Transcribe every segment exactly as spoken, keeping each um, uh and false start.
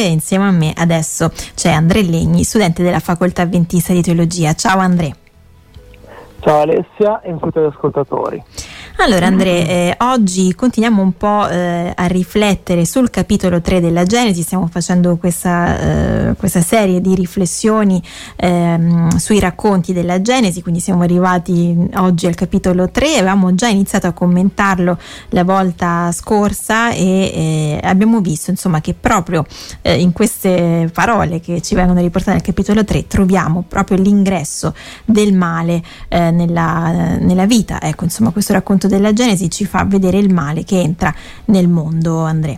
insieme a me adesso c'è Andrea Legni, studente della Facoltà Adventista di Teologia. Ciao Andrea. Ciao Alessia e tutti gli ascoltatori. Allora Andrea, eh, oggi continuiamo un po' eh, a riflettere sul capitolo tre della Genesi. Stiamo facendo questa, eh, questa serie di riflessioni ehm, sui racconti della Genesi, quindi siamo arrivati oggi al capitolo tre. Avevamo già iniziato a commentarlo la volta scorsa e eh, abbiamo visto insomma che proprio eh, in queste parole che ci vengono riportate nel capitolo tre troviamo proprio l'ingresso del male eh, nella, nella vita. Ecco, insomma, questo racconto della Genesi ci fa vedere il male che entra nel mondo, Andrea.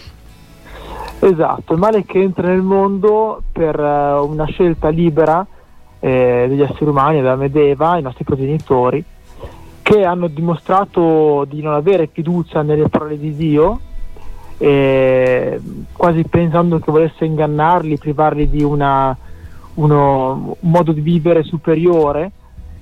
Esatto, il male che entra nel mondo per uh, una scelta libera eh, degli esseri umani, Adamo ed Eva, i nostri progenitori, che hanno dimostrato di non avere fiducia nelle parole di Dio, eh, quasi pensando che volesse ingannarli, privarli di una, uno, un modo di vivere superiore.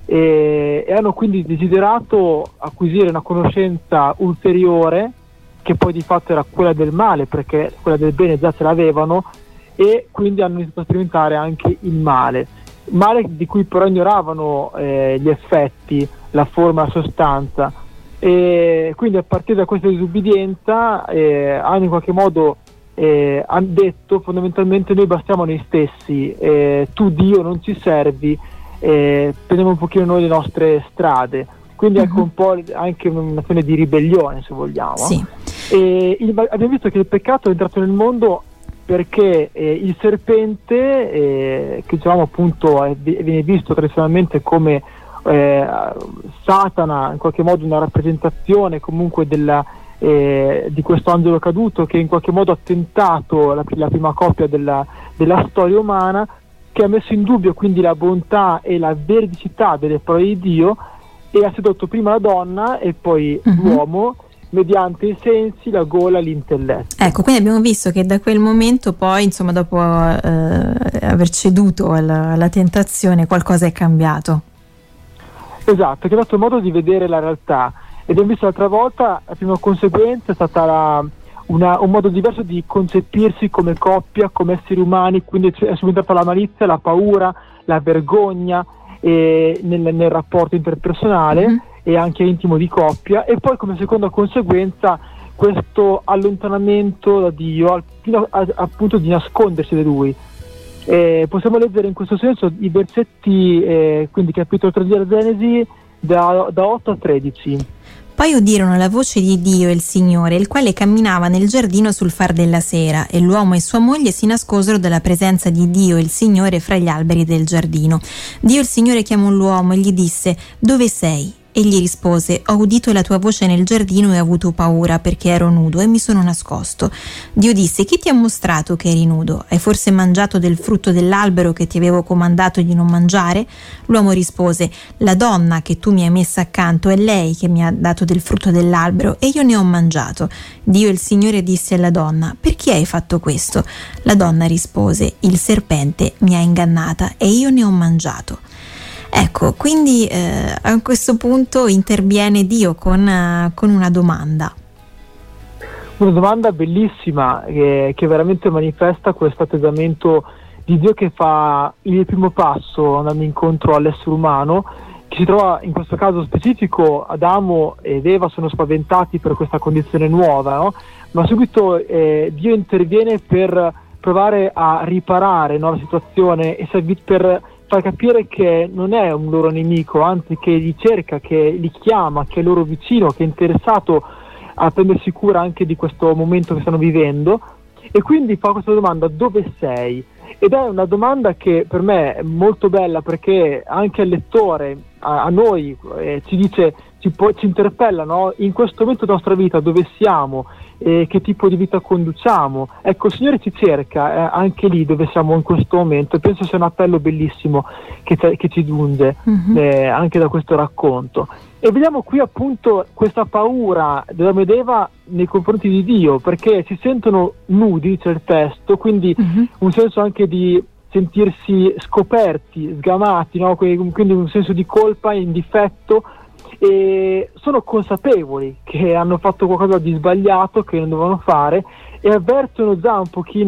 E, e hanno quindi desiderato acquisire una conoscenza ulteriore, che poi di fatto era quella del male, perché quella del bene già ce l'avevano, e quindi hanno iniziato a sperimentare anche il male, male di cui però ignoravano eh, gli effetti, la forma, la sostanza. E quindi a partire da questa disubbidienza eh, hanno in qualche modo eh, hanno detto fondamentalmente: noi bastiamo noi stessi, eh, tu Dio non ci servi, Eh, prendiamo un pochino noi le nostre strade. Quindi uh-huh. ecco un po' anche un'azione di ribellione, se vogliamo. Sì. E il, abbiamo visto che il peccato è entrato nel mondo perché eh, il serpente, eh, che diciamo appunto è, viene visto tradizionalmente come eh, Satana, in qualche modo una rappresentazione comunque della, eh, di questo angelo caduto, che in qualche modo ha tentato la, la prima coppia della, della storia umana, che ha messo in dubbio quindi la bontà e la veridicità delle parole di Dio, e ha sedotto prima la donna e poi uh-huh. l'uomo mediante i sensi, la gola, l'intelletto. Ecco, quindi abbiamo visto che da quel momento poi, insomma, dopo eh, aver ceduto alla, alla tentazione, qualcosa è cambiato. Esatto, è cambiato il modo di vedere la realtà, e abbiamo visto l'altra volta la prima conseguenza è stata la Una, un modo diverso di concepirsi come coppia, come esseri umani. Quindi è subentrata la malizia, la paura, la vergogna eh, nel, nel rapporto interpersonale mm-hmm. e anche intimo di coppia, e poi come seconda conseguenza questo allontanamento da Dio al, fino a, appunto di nascondersi da Lui. Eh, possiamo leggere in questo senso i versetti, eh, quindi capitolo tre della Genesi, da, da otto a tredici. Poi udirono la voce di Dio il Signore, il quale camminava nel giardino sul far della sera, e l'uomo e sua moglie si nascosero dalla presenza di Dio il Signore fra gli alberi del giardino. Dio il Signore chiamò l'uomo e gli disse: «Dove sei?» Egli rispose: «Ho udito la tua voce nel giardino e ho avuto paura, perché ero nudo e mi sono nascosto». Dio disse: «Chi ti ha mostrato che eri nudo? Hai forse mangiato del frutto dell'albero che ti avevo comandato di non mangiare?» L'uomo rispose: «La donna che tu mi hai messa accanto è lei che mi ha dato del frutto dell'albero e io ne ho mangiato». Dio il Signore disse alla donna: «Perché hai fatto questo?» La donna rispose: «Il serpente mi ha ingannata e io ne ho mangiato». Ecco, quindi eh, a questo punto interviene Dio con, uh, con una domanda. Una domanda bellissima eh, che veramente manifesta questo atteggiamento di Dio, che fa il primo passo andando incontro all'essere umano, che si trova in questo caso specifico. Adamo ed Eva sono spaventati per questa condizione nuova, no? Ma subito eh, Dio interviene per provare a riparare, no, la situazione, e per far capire che non è un loro nemico, anzi che li cerca, che li chiama, che è loro vicino, che è interessato a prendersi cura anche di questo momento che stanno vivendo. E quindi fa questa domanda: dove sei? Ed è una domanda che per me è molto bella, perché anche al lettore, a, a noi, eh, ci dice, ci, può, ci interpella, no? In questo momento della nostra vita dove siamo, eh, che tipo di vita conduciamo. Ecco, il Signore ci cerca eh, anche lì dove siamo in questo momento, e penso sia un appello bellissimo che, che ci giunge mm-hmm. eh, anche da questo racconto. E vediamo qui appunto questa paura dell'uomo ed Eva nei confronti di Dio, perché si sentono nudi, dice il testo, quindi mm-hmm. un senso anche di sentirsi scoperti, sgamati, no? Quindi un senso di colpa, in difetto, e sono consapevoli che hanno fatto qualcosa di sbagliato, che non dovevano fare, e avvertono già un pochino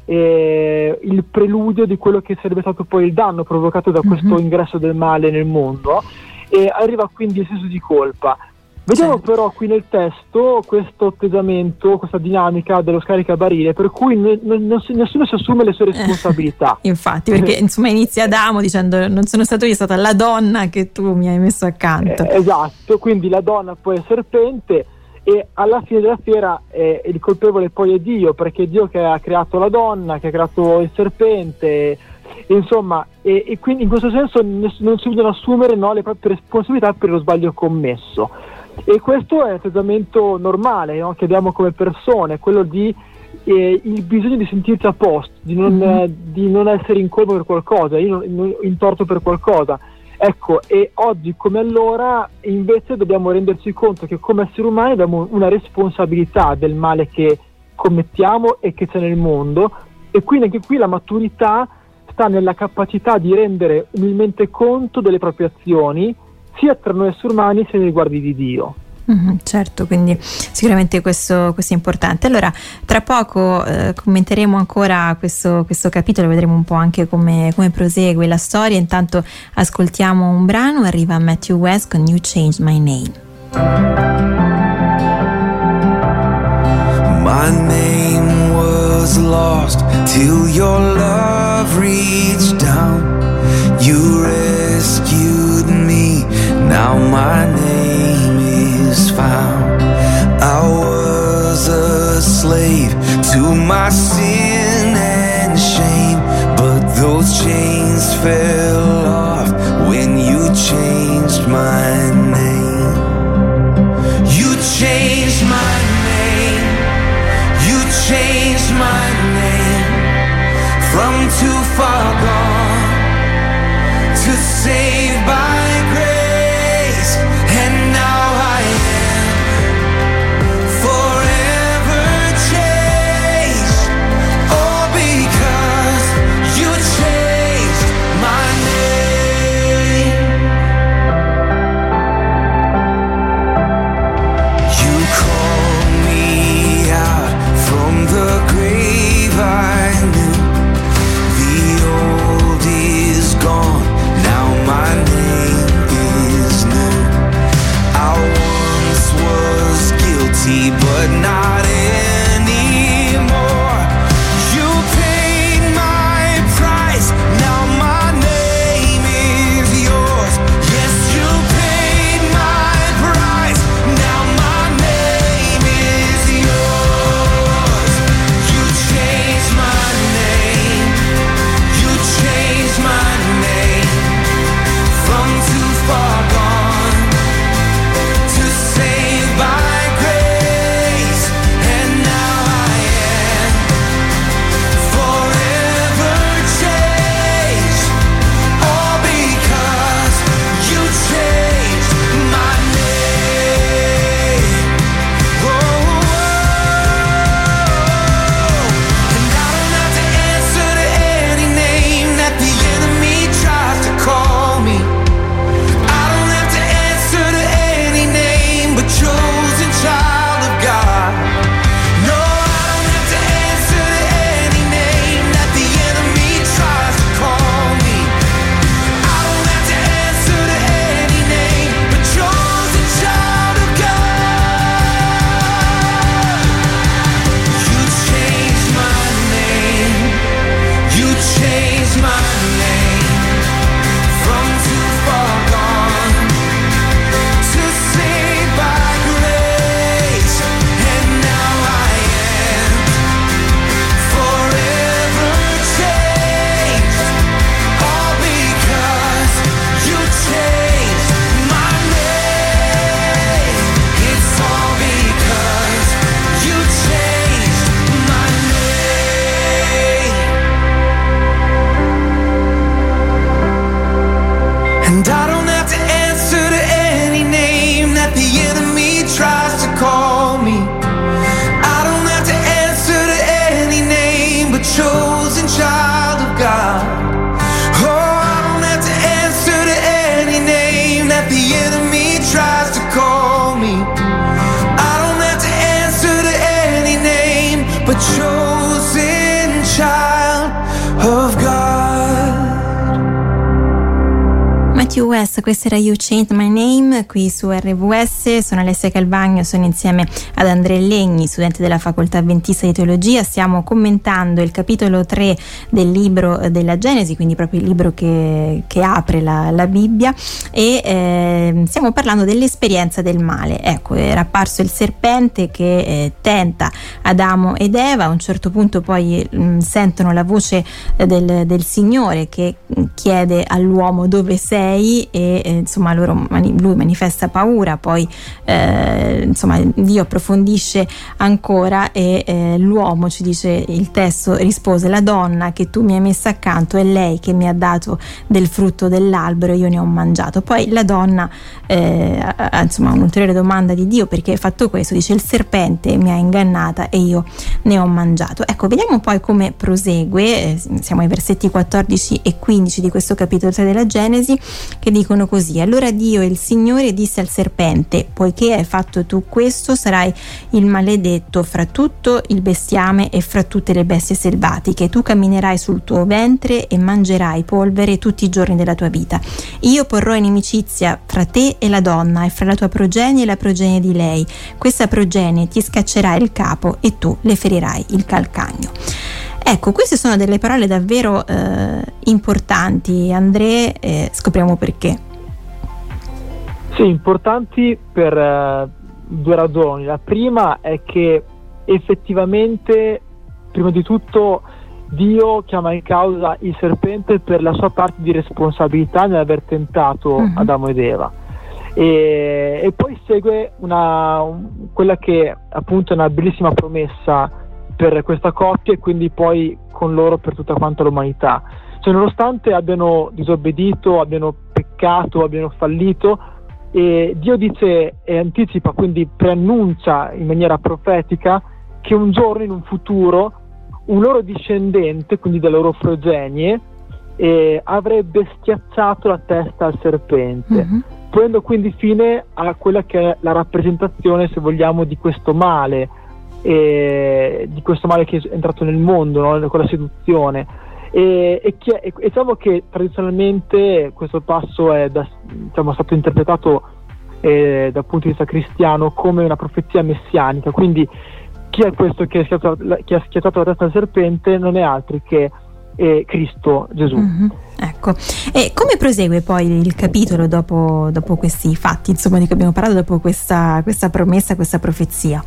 eh, il preludio di quello che sarebbe stato poi il danno provocato da questo mm-hmm. ingresso del male nel mondo, e arriva quindi il senso di colpa. Vediamo certo. però qui nel testo questo atteggiamento, questa dinamica dello scaricabarile, per cui n- n- non si, nessuno si assume le sue responsabilità. Eh, infatti, perché insomma inizia Adamo dicendo: non sono stato io, è stata la donna che tu mi hai messo accanto. Eh, esatto, quindi la donna poi è il serpente, e alla fine della fiera eh, il colpevole poi è Dio, perché è Dio che ha creato la donna, che ha creato il serpente, e, insomma, e, e quindi in questo senso ness- non si vogliono assumere no, le proprie responsabilità per lo sbaglio commesso. E questo è un atteggiamento normale, no, che abbiamo come persone, quello di eh, il bisogno di sentirsi a posto, di non, mm-hmm. eh, di non essere in colpa per qualcosa, in, in, in torto per qualcosa. Ecco, e oggi come allora invece dobbiamo renderci conto che come esseri umani abbiamo una responsabilità del male che commettiamo e che c'è nel mondo, e quindi anche qui la maturità sta nella capacità di rendere umilmente conto delle proprie azioni, sia tra noi esseri umani sia nei riguardi di Dio. Mm-hmm, certo, quindi sicuramente questo, questo è importante. Allora, tra poco eh, commenteremo ancora questo, questo capitolo, vedremo un po' anche come, come prosegue la storia. Intanto ascoltiamo un brano, arriva Matthew West con You Changed My Name. My name was lost till your love reached down. You rescued me, now my name is found. I was a slave to my sin and shame, but those chains fell off when you changed my name. You changed my name, you changed my name, from too far gone to save by grace, and now I am forever changed, all because you changed my name. You called me out from the grave I knew. The old is gone, now my Kanye West, questa era You Changed My Name qui su R V S. Sono Alessia Calvagno, sono insieme ad Andrea Legni, studente della Facoltà Adventista di Teologia. Stiamo commentando il capitolo tre del libro della Genesi, quindi proprio il libro che, che apre la, la Bibbia, e eh, stiamo parlando dell'esperienza del male. Ecco, era apparso il serpente che eh, tenta Adamo ed Eva. A un certo punto poi mh, sentono la voce del, del Signore che chiede all'uomo dove sei, e eh, insomma loro, lui manifesta paura. Poi eh, insomma Dio approfondisce ancora e eh, l'uomo, ci dice il testo, rispose: la donna che tu mi hai messa accanto è lei che mi ha dato del frutto dell'albero e io ne ho mangiato. Poi la donna eh, ha, insomma un'ulteriore domanda di Dio: perché hai fatto questo? Dice: il serpente mi ha ingannata e io ne ho mangiato. Ecco, vediamo poi come prosegue. Eh, siamo ai versetti quattordici e quindici di questo capitolo tre della Genesi, che dicono così: allora Dio, il Signore, disse al serpente: poiché hai fatto tu questo, sarai il maledetto fra tutto il bestiame e fra tutte le bestie selvatiche. Tu camminerai sul tuo ventre e mangerai polvere tutti i giorni della tua vita. Io porrò inimicizia fra te e la donna, e fra la tua progenie e la progenie di lei. Questa progenie ti scaccerà il capo e tu le ferirai il calcagno. Ecco, queste sono delle parole davvero eh, importanti, Andrea, eh, scopriamo perché. Sì, importanti per eh, due ragioni. La prima è che effettivamente, prima di tutto, Dio chiama in causa il serpente per la sua parte di responsabilità nell'aver tentato uh-huh. Adamo ed Eva. E, e poi segue una, un, quella che appunto è una bellissima promessa per questa coppia, e quindi poi con loro per tutta quanta l'umanità. Cioè, nonostante abbiano disobbedito, abbiano peccato, abbiano fallito, e Dio dice e anticipa, quindi preannuncia in maniera profetica, che un giorno, in un futuro, un loro discendente, quindi della loro progenie, eh, avrebbe schiacciato la testa al serpente, mm-hmm. ponendo quindi fine a quella che è la rappresentazione, se vogliamo, di questo male, e di questo male che è entrato nel mondo, no? Con la seduzione. E, e, chi è, e diciamo che tradizionalmente questo passo è da, diciamo, stato interpretato eh, dal punto di vista cristiano come una profezia messianica. Quindi chi è questo che ha schiacciato la, che ha schiacciato la testa del serpente? Non è altro che eh, Cristo Gesù. Mm-hmm. Ecco, e come prosegue poi il capitolo dopo, dopo questi fatti, insomma, di cui abbiamo parlato, dopo questa, questa promessa, questa profezia?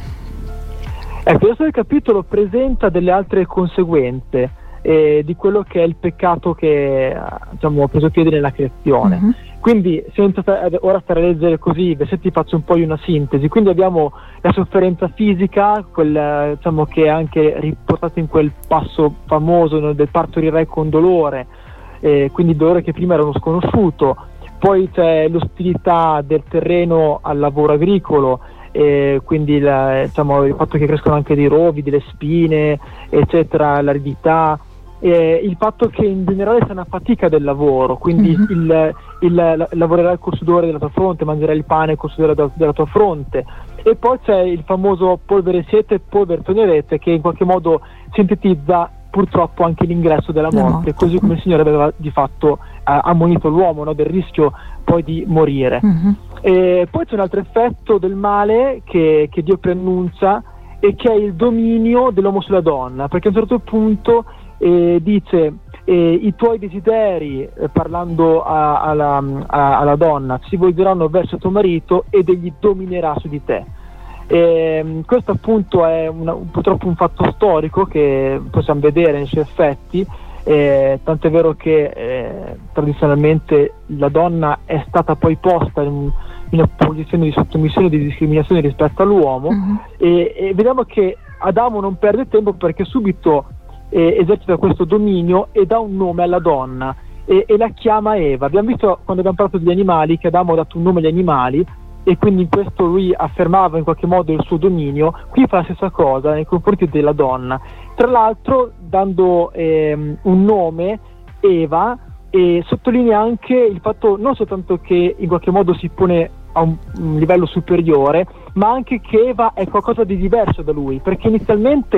Ecco, questo capitolo presenta delle altre conseguenze eh, di quello che è il peccato che, diciamo, ha preso piede nella creazione. Uh-huh. Quindi, senza ora stare a leggere così i versetti, faccio un po' una sintesi. Quindi abbiamo la sofferenza fisica, quel, diciamo, che è anche riportato in quel passo famoso, no, del partorirai con dolore, eh, quindi il dolore che prima era uno sconosciuto. Poi c'è l'ostilità del terreno al lavoro agricolo, e quindi il, diciamo, il fatto che crescono anche dei rovi, delle spine, eccetera, l'aridità, e il fatto che in generale c'è una fatica del lavoro, quindi mm-hmm. il, il, lavorerai col sudore della tua fronte, mangerai il pane col sudore della, della tua fronte. E poi c'è il famoso polvere siete, polvere tornerete, che in qualche modo sintetizza purtroppo anche l'ingresso della morte, morte. Così come il Signore aveva di fatto eh, ammonito l'uomo, no, del rischio poi di morire. Mm-hmm. E poi c'è un altro effetto del male che, che Dio preannuncia, e che è il dominio dell'uomo sulla donna, perché a un certo punto eh, dice eh, i tuoi desideri, eh, parlando a, alla, a, alla donna, si volgeranno verso tuo marito ed egli dominerà su di te. E, questo appunto è una, purtroppo un fatto storico che possiamo vedere nei suoi effetti. Eh, tant'è vero che eh, tradizionalmente la donna è stata poi posta in, in una posizione di sottomissione, di discriminazione rispetto all'uomo. Uh-huh. e, e vediamo che Adamo non perde tempo, perché subito eh, esercita questo dominio e dà un nome alla donna e, e la chiama Eva. Abbiamo visto, quando abbiamo parlato degli animali, che Adamo ha dato un nome agli animali, e quindi in questo lui affermava in qualche modo il suo dominio. Qui fa la stessa cosa nei confronti della donna, tra l'altro dando ehm, un nome, Eva, e sottolinea anche il fatto non soltanto che in qualche modo si pone a un, un livello superiore, ma anche che Eva è qualcosa di diverso da lui, perché inizialmente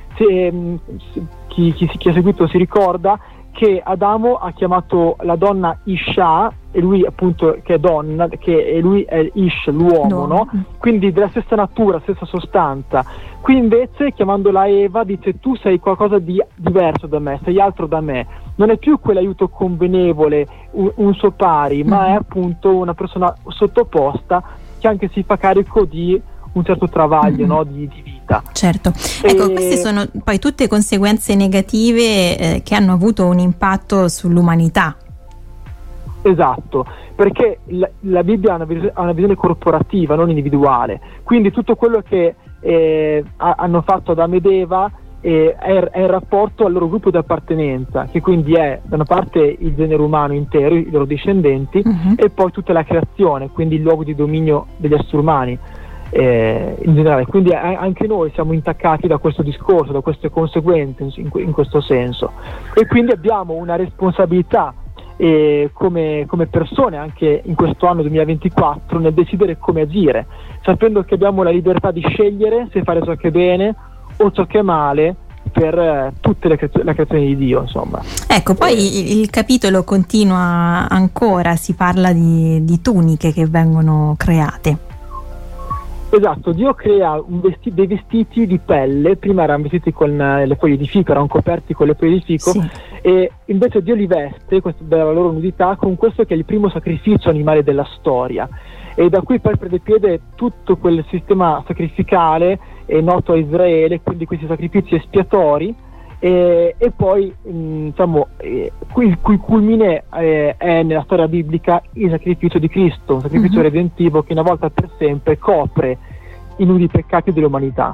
se, chi, chi, chi ha seguito si ricorda che Adamo ha chiamato la donna Isha, e lui appunto che è donna, che e lui è Ish, l'uomo, no. no? Quindi della stessa natura, stessa sostanza. Qui invece, chiamandola Eva, dice: tu sei qualcosa di diverso da me, sei altro da me. Non è più quell'aiuto convenevole, un, un suo pari, ma mm-hmm. è appunto una persona sottoposta che anche si fa carico di un certo travaglio, mm-hmm. no? di, di vita. Certo. Ecco, e... queste sono poi tutte conseguenze negative eh, che hanno avuto un impatto sull'umanità. Esatto, perché la, la Bibbia ha una, vis- ha una visione corporativa, non individuale. Quindi tutto quello che eh, ha, hanno fatto Adamo ed Eva eh, è, è in rapporto al loro gruppo di appartenenza, che quindi è da una parte il genere umano intero, i loro discendenti, uh-huh. e poi tutta la creazione, quindi il luogo di dominio degli esseri umani. Eh, in generale, quindi anche noi siamo intaccati da questo discorso, da queste conseguenze in, in questo senso, e quindi abbiamo una responsabilità eh, come, come persone anche in questo anno duemilaventiquattro nel decidere come agire, sapendo che abbiamo la libertà di scegliere se fare ciò che è bene o ciò che è male per eh, tutte le creazioni, la creazione di Dio, insomma. Ecco, poi eh. il, il capitolo continua ancora, si parla di, di tuniche che vengono create. Esatto, Dio crea un vesti- dei vestiti di pelle, prima erano vestiti con uh, le foglie di fico, erano coperti con le foglie di fico, sì. e invece Dio li veste, questo, della loro nudità, con questo che è il primo sacrificio animale della storia, e da qui poi prende piede tutto quel sistema sacrificale eh, noto a Israele, quindi questi sacrifici espiatori, e, e poi mh, diciamo eh, il cui culmine eh, è nella storia biblica il sacrificio di Cristo, un sacrificio mm-hmm. redentivo che una volta per sempre copre i nudi peccati dell'umanità.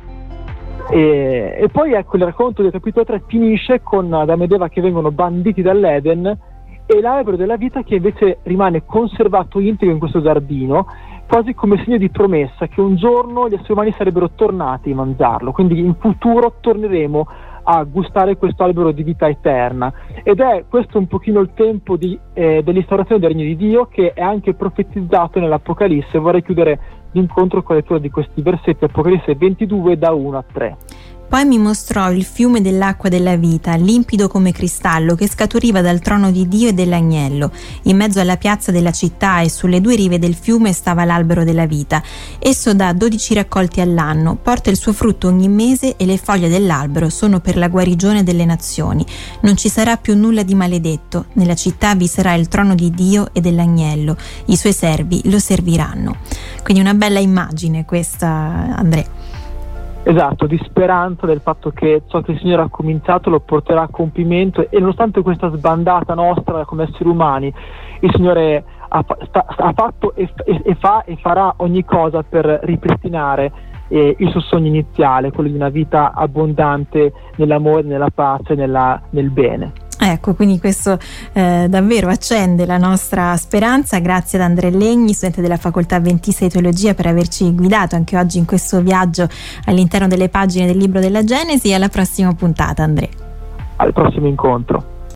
E, e poi ecco, il racconto del capitolo tre finisce con Adamo ed Eva che vengono banditi dall'Eden e l'albero della vita che invece rimane conservato integro in questo giardino, quasi come segno di promessa che un giorno gli esseri umani sarebbero tornati a mangiarlo, quindi in futuro torneremo a gustare questo albero di vita eterna, ed è questo un pochino il tempo di, eh, dell'instaurazione del regno di Dio, che è anche profetizzato nell'Apocalisse. Vorrei chiudere l'incontro con la lettura di questi versetti, Apocalisse ventidue da uno a tre. Poi mi mostrò il fiume dell'acqua della vita, limpido come cristallo, che scaturiva dal trono di Dio e dell'agnello. In mezzo alla piazza della città e sulle due rive del fiume stava l'albero della vita. Esso dà dodici raccolti all'anno, porta il suo frutto ogni mese e le foglie dell'albero sono per la guarigione delle nazioni. Non ci sarà più nulla di maledetto. Nella città vi sarà il trono di Dio e dell'agnello. I suoi servi lo serviranno. Quindi una bella immagine questa, Andrea. Esatto, di speranza del fatto che ciò che il Signore ha cominciato lo porterà a compimento, e nonostante questa sbandata nostra come esseri umani, il Signore ha, sta, ha fatto e, e, e fa e farà ogni cosa per ripristinare eh, il suo sogno iniziale, quello di una vita abbondante nell'amore, nella pace, nella, nel bene. Ecco, quindi questo eh, davvero accende la nostra speranza. Grazie ad Andrea Legni, studente della Facoltà ventisei Teologia, per averci guidato anche oggi in questo viaggio all'interno delle pagine del libro della Genesi. Alla prossima puntata, Andrea. Al prossimo incontro.